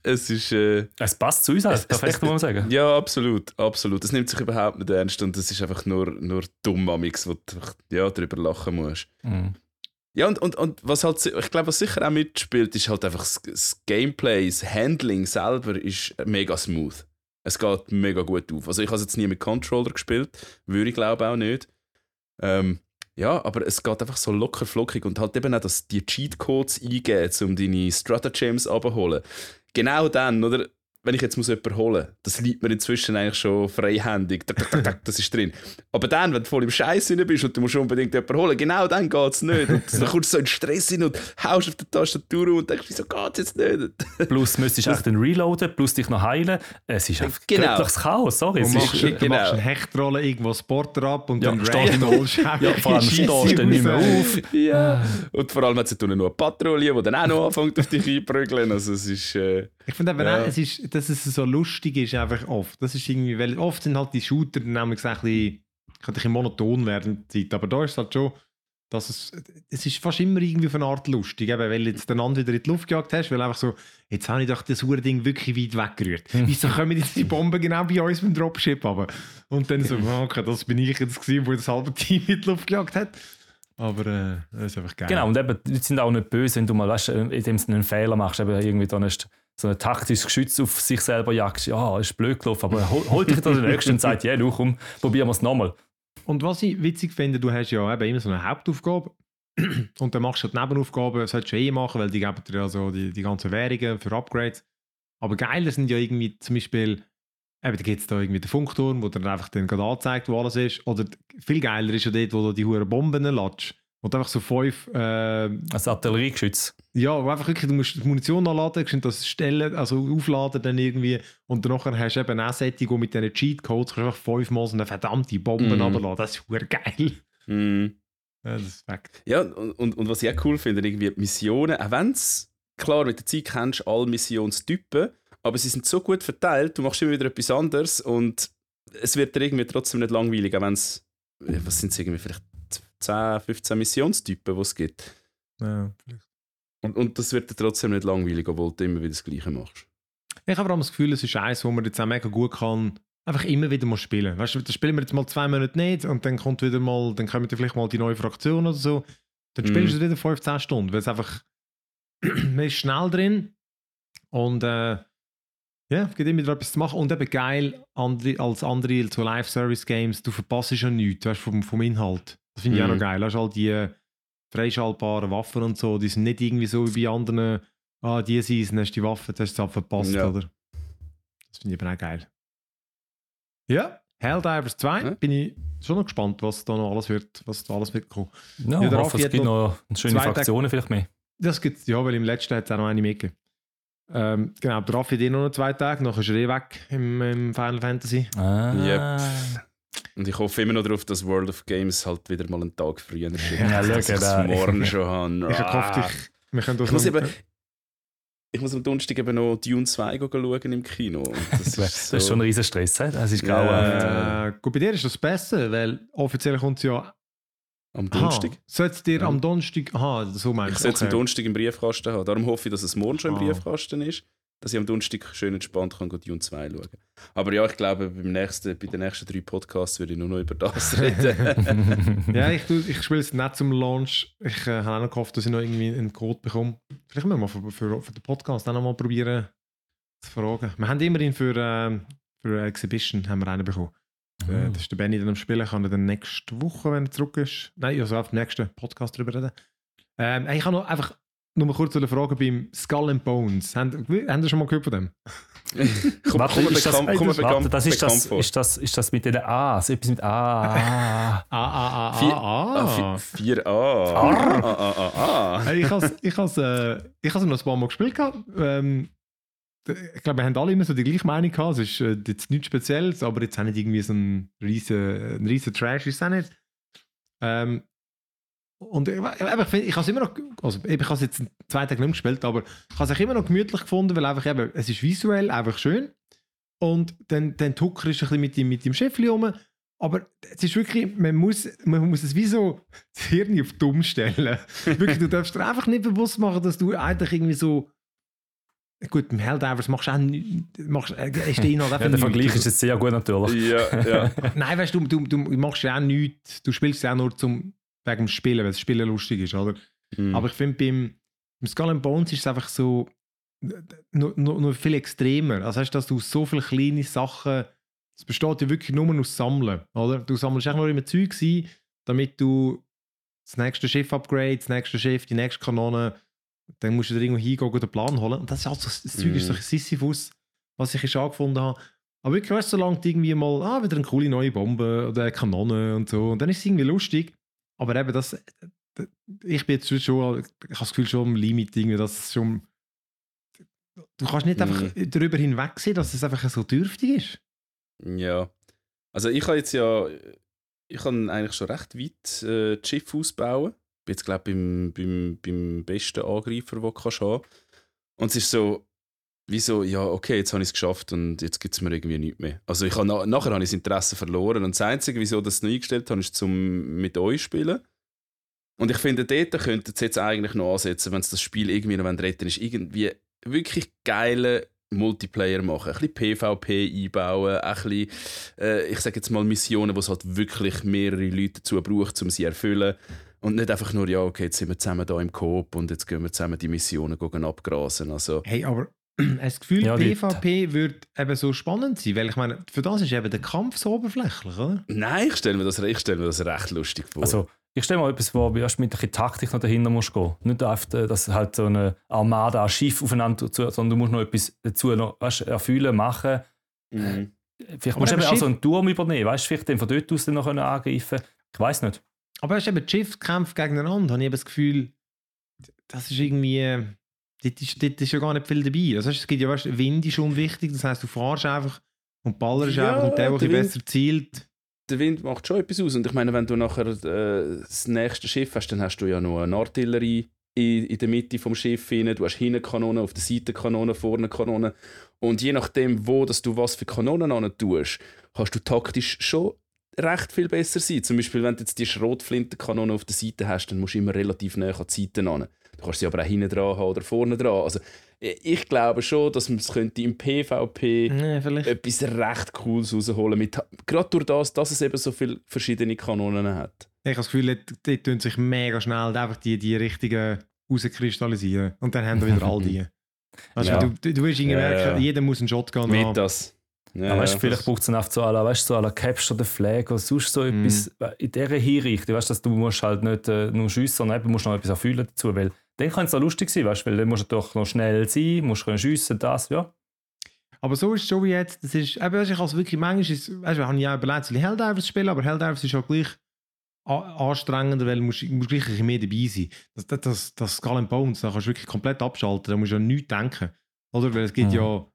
Es passt zu uns, perfekt, muss man sagen. Ja, absolut. Es nimmt sich überhaupt nicht ernst und es ist einfach nur dumm, amix, wo du darüber lachen musst. Mhm. Ja, und was halt, ich glaube, was sicher auch mitspielt, ist halt einfach das Gameplay, das Handling selber ist mega smooth. Es geht mega gut auf. Also ich habe es jetzt nie mit Controller gespielt, würde ich glaube auch nicht. Ja, aber es geht einfach so locker flockig und halt eben auch, dass die Cheatcodes eingeben, um deine Stratagems abzuholen. Genau dann, oder? Wenn ich jetzt jemanden holen muss, das liegt mir inzwischen eigentlich schon freihändig. Das ist drin. Aber dann, wenn du voll im Scheiß drin bist und du musst unbedingt jemanden holen, genau dann geht es nicht. Und dann kommst du so in Stress hin und haust auf der Tastatur und denkst, wieso geht es jetzt nicht? Plus müsstest du echt dann reloaden, plus dich noch heilen. Es ist einfach göttliches Chaos, sorry. Du machst eine Hechtrolle, irgendwo Sportler ab und dann stehst du vor allem stehst du nicht mehr auf. Ja. Und vor allem hat sie noch eine Patrouille, die dann auch noch anfängt auf dich einprügeln. Also es ist... Ich finde eben auch, dass es so lustig ist, einfach oft. Das ist irgendwie, weil oft sind halt die Shooter nämlich ein bisschen monoton werden die Zeit. Aber da ist es halt schon, dass es ist fast immer irgendwie auf eine Art lustig, eben, weil jetzt den anderen wieder in die Luft gejagt hast, weil einfach so, jetzt habe ich doch das Ding wirklich weit weggerührt. Wieso kommen jetzt die Bomben genau bei uns beim Dropship runter? Und dann so, okay, das bin ich jetzt gewesen, wo das halbe Team in die Luft gejagt hat. Aber das ist einfach geil. Genau, und eben, die sind auch nicht böse, wenn du mal in dem Sinne einen Fehler machst, eben irgendwie dann hast so ein taktisches Geschütz auf sich selber jagst. Ja, ist blöd gelaufen, aber hol dich dann den nächsten und sagt, ja, komm, probieren wir es nochmal. Und was ich witzig finde, du hast ja eben immer so eine Hauptaufgabe und dann machst du die Nebenaufgaben, das solltest du machen, weil die geben dir ja so die ganzen Währungen für Upgrades. Aber geiler sind ja irgendwie zum Beispiel, eben, da gibt es da irgendwie den Funkturm, wo dann einfach dann gerade anzeigt, wo alles ist. Oder viel geiler ist ja dort, wo du die huren Bomben latschst. Und einfach so 5... ein Artilleriegeschütz. Ja, wo einfach wirklich, du musst die Munition anladen, das stellen, also aufladen dann irgendwie. Und danach hast du eben eine Sättigung mit diesen Cheatcodes, kannst du einfach 5-mal so eine verdammte Bombe runterladen. Das ist verdammt geil. Ja, das ist Fakt. Ja, und was ich auch cool finde, irgendwie die Missionen, auch wenn es, klar, mit der Zeit kennst du alle Missionstypen, aber sie sind so gut verteilt, du machst immer wieder etwas anderes und es wird dir irgendwie trotzdem nicht langweilig, auch wenn es, was sind es irgendwie, vielleicht 10, 15 Missionstypen, die es gibt. Ja, vielleicht. Und das wird dir trotzdem nicht langweilig, obwohl du immer wieder das Gleiche machst. Ich habe das Gefühl, es ist eins, wo man jetzt auch mega gut kann, einfach immer wieder mal spielen. Weißt du, das spielen wir jetzt mal 2 Monate nicht und dann kommt wieder mal, dann kommt vielleicht mal die neue Fraktion oder so. Dann spielst du es wieder 15 Stunden, weil es einfach, man ist schnell drin und ja, es gibt immer wieder etwas zu machen und eben geil, als andere so Live-Service-Games, du verpasst ja nichts, weißt, vom Inhalt. Das finde ich auch noch geil. Hast all die freischaltbaren Waffen und so, die sind nicht irgendwie so wie bei anderen, die Season hast du die Waffe, das hast du verpasst, oder? Das finde ich eben auch geil. Ja, Helldivers 2, bin ich schon noch gespannt, was da alles wird kommen. Ja, ich hoffe, es gibt noch schöne Fraktionen vielleicht mehr. Das gibt ja, weil im letzten hat es auch noch eine mehr gegeben. Genau, der Raffi hat noch 2 Tage, nachher ist er weg im Final Fantasy. Yep. Und ich hoffe immer noch darauf, dass World of Games halt wieder mal einen Tag früher schickt. Ja, dass ich es morgen schon habe. Ich hoffe, wir können das ich muss am Donnerstag eben noch Dune 2 schauen im Kino. Das ist schon ein riesen Stress. Das ist grauenhaft. Gut, bei dir ist das besser, weil offiziell kommt es ja am Donnerstag. Sollst dir am Donnerstag... so meinst du? Ich sollte es am Donnerstag im Briefkasten haben. Darum hoffe ich, dass es morgen schon im Briefkasten ist. dass ich am Donnerstag schön entspannt kann Dune 2 schauen. Aber ja, ich glaube, bei den nächsten 3 Podcasts würde ich nur noch über das reden. Ja, ich spiele es nicht zum Launch. Ich habe auch noch gehofft, dass ich noch irgendwie einen Code bekomme. Vielleicht müssen wir mal für den Podcast auch noch mal probieren zu fragen. Wir haben immerhin für Exhibition haben wir einen bekommen. Das ist der Benny dann am Spielen. Kann er dann nächste Woche, wenn er zurück ist, also auf den nächsten Podcast darüber reden. Ich habe noch einfach nur mal kurz eine Frage beim Skull and Bones. Haben ihr schon mal gehört von dem? Ist das mit den A's? Etwas mit A. 4A. Ich habe es noch ein paar Mal gespielt. Ich glaube, wir haben alle immer so die gleiche Meinung gehabt. Es ist jetzt nichts Spezielles, aber jetzt auch nicht irgendwie so ein riesen Trash, ist es auch nicht. Und ich habe es immer noch, also ich habe es jetzt 2 Tage nicht mehr gespielt, aber ich habe es immer noch gemütlich gefunden, weil einfach eben, es ist visuell einfach schön und dann Tucker ist ein bisschen mit dem Schiffchen rum, aber es ist wirklich, man muss es wie so das Hirn auf dumm stellen. Wirklich, du darfst dir einfach nicht bewusst machen, dass du eigentlich irgendwie so, gut, im Helldivers machst du auch nichts, der Vergleich ist jetzt sehr gut natürlich. Ja. Nein, weißt du, du machst ja auch nichts, du spielst ja auch nur wegen dem Spielen, weil das Spielen lustig ist, oder? Aber ich finde, beim Skull and Bones ist es einfach so noch viel extremer. Also heißt, dass du so viele kleine Sachen, es besteht ja wirklich nur aus Sammeln, oder? Du sammelst echt nur immer Zeug ein, damit du das nächste Schiff upgrade, das nächste Schiff, die nächste Kanone, dann musst du da irgendwo hingehen und den Plan holen. Und das ist also, das Zeug ist so ein Sisyphus, was ich schon angefunden habe. Aber wirklich, weißt du, solange du irgendwie mal wieder eine coole neue Bombe oder eine Kanone und so, und dann ist es irgendwie lustig. Aber eben, ich bin jetzt schon, ich habe das Gefühl schon am Limit, das schon, du kannst nicht einfach darüber hinwegsehen, dass es einfach so dürftig ist. Ja, also ich kann eigentlich schon recht weit das Schiff ausbauen. Ich bin jetzt, glaube ich, beim besten Angreifer, den du haben kannst. Und es ist so, wie so, ja, okay, jetzt habe ich es geschafft und jetzt gibt es mir irgendwie nichts mehr. Also nachher habe ich das Interesse verloren und das Einzige, wieso ich das noch eingestellt habe, ist zum mit euch spielen. Und ich finde, dort könntet ihr jetzt eigentlich noch ansetzen, wenn es das Spiel irgendwie noch retten ist, irgendwie wirklich geile Multiplayer machen, ein bisschen PvP einbauen, ein bisschen, ich sage jetzt mal Missionen, wo es halt wirklich mehrere Leute dazu braucht, um sie zu erfüllen. Und nicht einfach nur, ja, okay, jetzt sind wir zusammen da im Coop und jetzt gehen wir zusammen die Missionen abgrasen. Also, hey, aber das Gefühl, ja, PvP würde eben so spannend sein, weil ich meine, für das ist eben der Kampf so oberflächlich, oder? Nein, ich stelle mir das recht lustig vor. Also, ich stelle mir etwas vor, wie erst mit ein bisschen Taktik noch dahinter musst gehen. Nicht einfach, dass halt so eine Armada an Schiff aufeinander dazu, sondern du musst noch etwas dazu noch, erfüllen, machen. Vielleicht musst du eben auch so einen Turm übernehmen, weißt du, vielleicht den von dort aus dann noch angreifen. Ich weiss nicht. Aber hast du eben die Schiffskämpfe gegeneinander, habe ich eben das Gefühl, das ist irgendwie, dort ist ja gar nicht viel dabei. Also es gibt ja, weißt, Wind ist unwichtig, das heisst, du fährst einfach und ballerst einfach und der besser zielt. Der Wind macht schon etwas aus. Und ich meine, wenn du nachher das nächste Schiff hast, dann hast du ja noch eine Artillerie in der Mitte vom Schiff rein. Du hast hinten Kanonen, auf der Seite Kanonen, vorne Kanonen. Und je nachdem, wo dass du was für Kanonen an tust, kannst du taktisch schon recht viel besser sein. Zum Beispiel, wenn du jetzt die Schrotflintenkanone auf der Seite hast, dann musst du immer relativ nah an die Seite ran. Du kannst sie aber auch hinten dran haben oder vorne dran. Also, ich glaube schon, dass man es im PvP etwas recht Cooles rausholen könnte. Gerade durch das, dass es eben so viele verschiedene Kanonen hat. Ich habe das Gefühl, dort tun sich mega schnell einfach die richtigen rauskristallisieren. Und dann haben wir wieder all die. Also, ja. Du wirst irgendwie merken, jeder muss einen Shotgun haben. Mit das. Ja, weißt, vielleicht braucht es dann so eine Capture the Flag oder sonst so etwas in dieser Hinrichtung. Weißt, dass du musst halt nicht nur schiessen, sondern eben musst noch etwas erfüllen dazu. Weil dann kann es auch lustig sein, weißt, weil dann musst du doch noch schnell sein, musst schiessen, das, ja. Aber so ist es schon wie jetzt. Das ist, ich also wirklich manchmal, weißt, wir haben ja überlegt, Helldivers zu spielen, aber Helldivers ist auch gleich anstrengender, weil du musst gleich ein bisschen mehr dabei sein. Das Skull and Bones, da kannst du wirklich komplett abschalten, da musst du ja nichts denken. Oder? Weil es gibt ja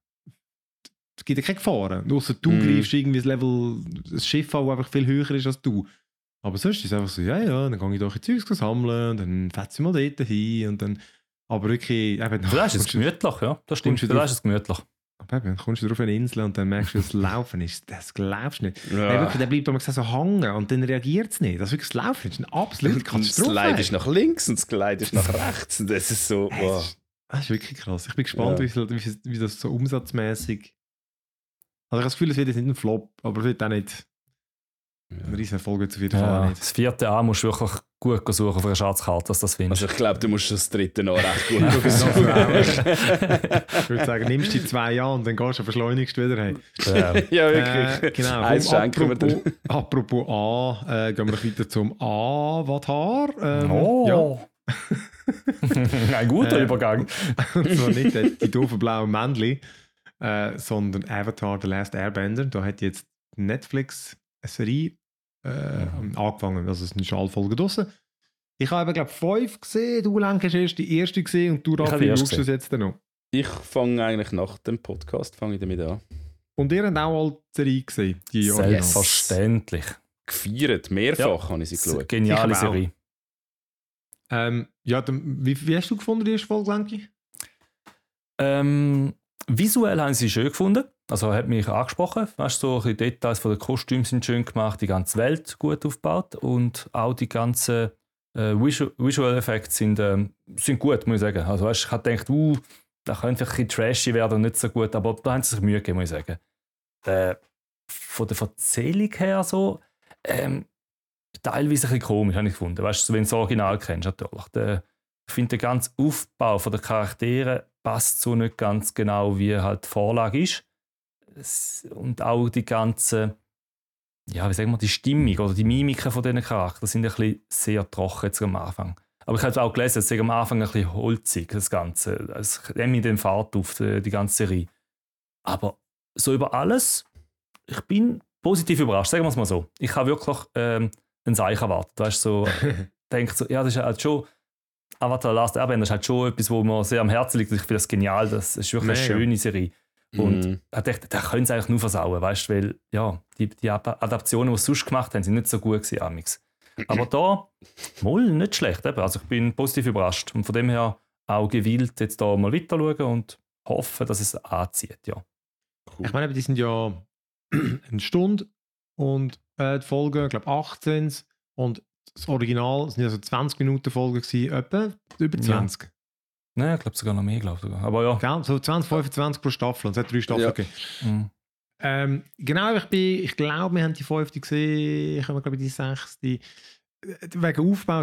keine Gefahren. Ausser du greifst irgendwie das Schiff an, das einfach viel höher ist als du. Aber sonst ist es einfach so, ja, dann gehe ich doch ein Zeugs sammeln, dann fetze ich mal dort hin und dann, aber wirklich, eben... Vielleicht ist es gemütlich, ja, das stimmt, vielleicht ist es gemütlich. Aber eben, dann kommst du drauf eine Insel und dann merkst du, das Laufen ist, das glaubst du nicht. Ja. Wirklich, der bleibt aber so hängen und dann reagiert es nicht. Das ist wirklich das Laufen, das ist eine absolute Katastrophe. Das Gleit ist nach links und das Gleit ist nach rechts und das ist so... Wow. Das ist wirklich krass. Ich bin gespannt, wie das so umsatzmäßig. Also ich habe das Gefühl, es wird jetzt nicht ein Flop, aber es wird auch nicht ein riesen Erfolg zu jeden Fall nicht. Das 4. A musst du wirklich gut suchen auf einer Schatzkarte, dass du das findest. Also ich glaube, du musst das 3. noch recht gut suchen. Ich würde sagen, nimmst die 2 Jahre und dann gehst du beschleunigst wieder. Hey. Ja, wirklich. Genau. Eins schenken wir dir. Apropos A, gehen wir weiter zum Avatar. Ja. Ein guter Übergang. Und zwar nicht die doofen blauen Männchen, sondern Avatar The Last Airbender. Da hat jetzt Netflix eine Serie angefangen. Also es sind schon alle Folgen draussen. Ich habe glaube 5 gesehen. Du, Lenk, hast erst die erste gesehen und du, Raffi, schaust es jetzt noch. Ich fange eigentlich nach dem Podcast damit an. Und ihr habt auch alle die Serie gesehen? Die Selbstverständlich. Gefeiert, mehrfach habe ich sie geschaut. Geniale Serie. Wie hast du gefunden, die erste Folge, Lenki? Visuell haben sie schön gefunden. Also hat mich angesprochen. Weißt, so die Details von den Kostümen sind schön gemacht, die ganze Welt gut aufgebaut und auch die ganzen Visual Effects sind gut, muss ich sagen. Also weißt, ich habe gedacht, da könnte vielleicht ein bisschen trashy werden und nicht so gut, aber da haben sie sich Mühe gegeben, muss ich sagen. Von der Erzählung her so, teilweise ein bisschen komisch, habe ich gefunden. Weißt du, wenn du das Original kennst, natürlich. Ich finde, der ganze Aufbau der Charaktere passt so nicht ganz genau, wie halt die Vorlage ist. Und auch die ganze, wie sagen wir, die Stimmung oder die Mimiken von diesen Charakteren sind ein bisschen sehr trocken jetzt am Anfang. Aber ich habe auch gelesen, es ist am Anfang ein bisschen holzig, das Ganze. Es nimmt mir den Fahrt auf, die ganze Serie. Aber so über alles, ich bin positiv überrascht, sagen wir es mal so. Ich habe wirklich ein Zeichen erwartet. Weißt, so, denke so, ja, das ist halt schon, Avatar Last Airbender ist halt schon etwas, wo mir sehr am Herzen liegt. Ich finde das genial, das ist wirklich eine schöne Serie. Und ich dachte, da können sie eigentlich nur versauen, weißt du, weil ja, die Adaptionen, die sie sonst gemacht haben, sind nicht so gut gewesen, amix. Aber da, nicht schlecht. Eben. Also ich bin positiv überrascht und von dem her auch gewillt, jetzt da mal weiter schauen und hoffe, dass es anzieht. Ja. Cool. Ich meine, die sind ja eine Stunde und die Folgen, ich glaube 18 und das Original sind ja so 20 Minuten Folgen gewesen, etwa über 20. Ja. Nein, ich glaube sogar noch mehr, aber ja. Genau, so 20, 25 pro Staffel und es hat 3 Staffeln gegeben. Genau, ich glaube, wir haben die 5. gesehen, ich habe glaube die 6. Wegen Aufbau,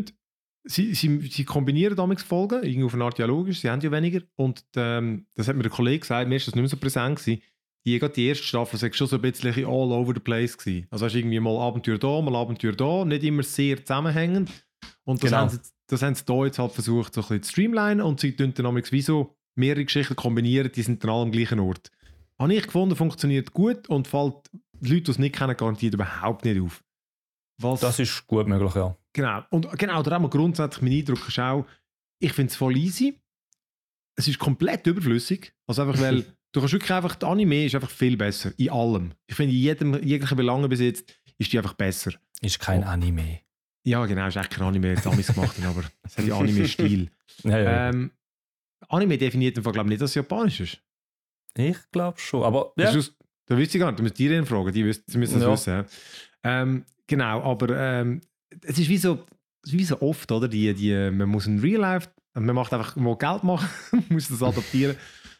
sie kombinieren damals Folgen, irgendwie auf eine Art dialogisch, sie haben ja weniger und das hat mir der Kollege gesagt, mir ist das nicht mehr so präsent gewesen. Die erste Staffel war schon so ein bisschen all over the place gewesen. Also hast irgendwie mal Abenteuer da, nicht immer sehr zusammenhängend. Und das haben sie da jetzt halt versucht, so ein bisschen zu streamlinen und sie tun dann wie so mehrere Geschichten kombinieren, die sind dann alle am gleichen Ort. Habe ich gefunden, funktioniert gut und fällt die Leute, die es nicht kennen, garantiert überhaupt nicht auf. Das ist gut möglich, ja. Genau. Und genau, da haben wir grundsätzlich mein Eindruck ist auch, ich finde es voll easy. Es ist komplett überflüssig. Also einfach, weil du kannst wirklich einfach, die Anime ist einfach viel besser. In allem. Ich finde, in jeglichen Belangen bis jetzt ist die einfach besser. Ist kein Anime. Ja, genau, ist echt kein Anime, das Amis gemacht haben, aber es hat ja Anime-Stil. Ja. Anime definiert einfach, glaube ich, nicht, dass es japanisch ist. Ich glaube schon, aber ja. Da wüsste ich gar nicht, du musst die fragen, sie müssen das wissen. Genau, aber es ist wie so oft, oder? Man muss ein Real Life, man macht einfach mal Geld machen, muss das adaptieren.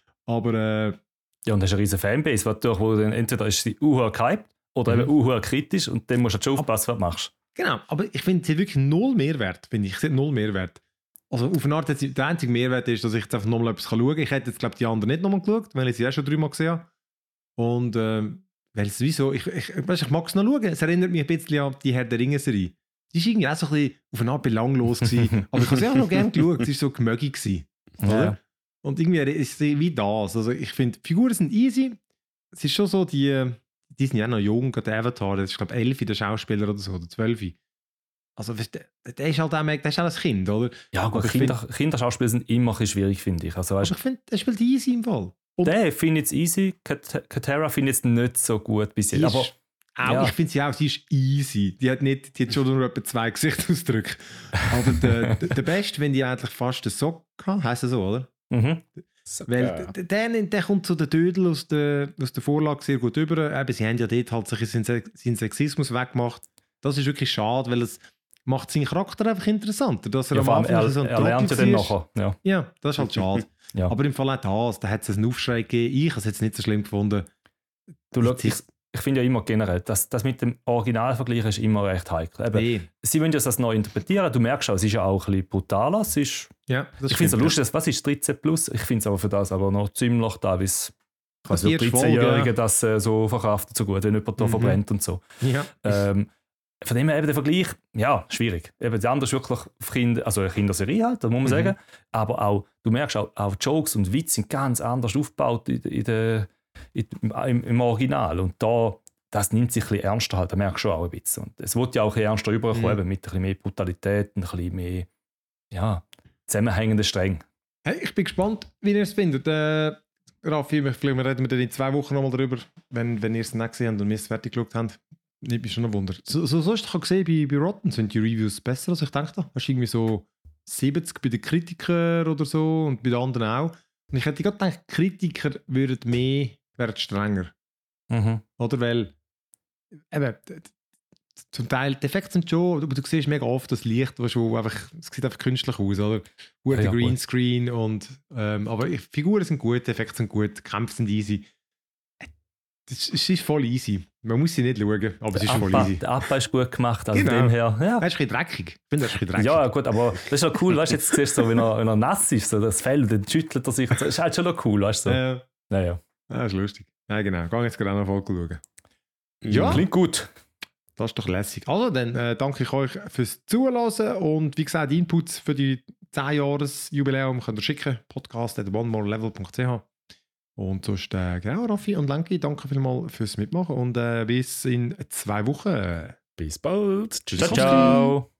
Aber ja, und das ist eine riesen Fanbase, wo dann entweder ist sie gehypt oder eben kritisch und dann musst du halt schon aufpassen, was du machst. Genau, aber ich finde, sie hat wirklich null Mehrwert, finde ich. Sie hat null Mehrwert. Also auf eine Art, der einzige Mehrwert ist, dass ich jetzt einfach nochmal etwas schauen kann. Ich hätte jetzt, glaube ich, die anderen nicht nochmal geschaut, weil ich sie auch schon 3 Mal gesehen habe. Und weil es wieso, ich mag es noch schauen. Es erinnert mich ein bisschen an die Herr der Ringe-Serie. Die war irgendwie auch so ein bisschen auf eine Art belanglos gewesen. Aber ich habe sie auch noch gerne geschaut. Es war so gemögig gewesen. Ja. Und irgendwie ist sie wie das. Also ich finde, die Figuren sind easy. Es ist schon so, die sind ja noch jung, der Avatar, das ist glaube ich 11 der Schauspieler oder so, oder 12. Also der ist halt auch ein Kind, oder? Ja, gut, Kinderschauspieler sind immer ein bisschen schwierig, finde ich. Also, aber ich finde, der spielt easy im Fall. Und der finde ich jetzt easy, Katara finde ich jetzt nicht so gut bis jetzt. Aber ich finde sie auch, sie ist easy. Die hat schon nur etwa 2 Gesichtsausdrücke. Aber der Beste, wenn die eigentlich fast den Sock hat, heisst das so, oder? Mhm. Weil der kommt so der Dödel aus der Vorlage sehr gut über. Sie haben ja dort halt seinen Sexismus weggemacht. Das ist wirklich schade, weil macht seinen Charakter einfach interessanter. Dass er Ja, am vor allem, Anfang so ein er lernt ja Trottel dann ist. nachher. Ja, das ist halt schade. Ja. Aber im Fall auch das, da hat es einen Aufschrei gegeben. Ich habe es jetzt nicht so schlimm gefunden. Du, ich finde ja immer generell, das mit dem Originalvergleich ist immer recht heikel. Eben, sie wollen das neu interpretieren. Du merkst auch, es ist ja auch ein bisschen brutaler. Es ist, ja, das ich finde es lustig, was ist 13 plus? Ich finde es aber für das aber noch ziemlich teilweise. Also 13-Jährige das so verkraftet so gut, wenn jemand da verbrennt und so. Ja. Von dem her eben der Vergleich, ja, schwierig. Eben, das andere ist wirklich eine Kinderserie halt, das muss man sagen. Aber auch, du merkst auch Jokes und Witze sind ganz anders aufgebaut im Original. Und das nimmt sich ein bisschen ernster halt, das merkst du schon auch ein bisschen. Und es wird ja auch ein bisschen ernster rüberkommen, eben mit ein bisschen mehr Brutalität, ein bisschen mehr zusammenhängenden Strängen. Hey, ich bin gespannt, wie ihr es findet. Raffi, vielleicht reden wir in 2 Wochen nochmal darüber, wenn ihr es nicht gesehen habt und wir es fertig geschaut haben. Nimmt mich schon ein Wunder. So hast du gesehen, bei Rotten sind die Reviews besser, als ich dachte. Hast du irgendwie so 70 bei den Kritikern oder so und bei den anderen auch. Und ich hätte gerade gedacht, Kritiker wären strenger. Oder? Weil eben, zum Teil, die Effekte sind schon, aber du siehst mega oft das Licht, das schon einfach, es sieht einfach künstlich aus, oder? Guter Greenscreen und, aber Figuren sind gut, die Effekte sind gut, die Kämpfe sind easy. Es ist voll easy. Man muss sie nicht schauen, aber es ist voll easy. Der Abba ist gut gemacht, also dem her. Ja. Er ist ein bisschen dreckig. Ich finde, er ist ein bisschen dreckig. Ja, gut, aber das ist auch cool, weißt du, jetzt siehst du so, wenn er nass ist, so das Fell, dann schüttelt er sich. Das ist halt schon noch cool, weißt du. So. Ja, das ist lustig. Ja, genau. Geh jetzt gerade auch noch Folge schauen. Ja. Klingt gut. Das ist doch lässig. Also, dann danke ich euch fürs Zuhören und wie gesagt, Inputs für die 10-Jahres-Jubiläum könnt ihr schicken. podcast@onemorelevel.ch. Und sonst, genau, Raffi und Lenki, danke vielmals fürs Mitmachen und bis in 2 Wochen. Bis bald. Tschüss. Ciao.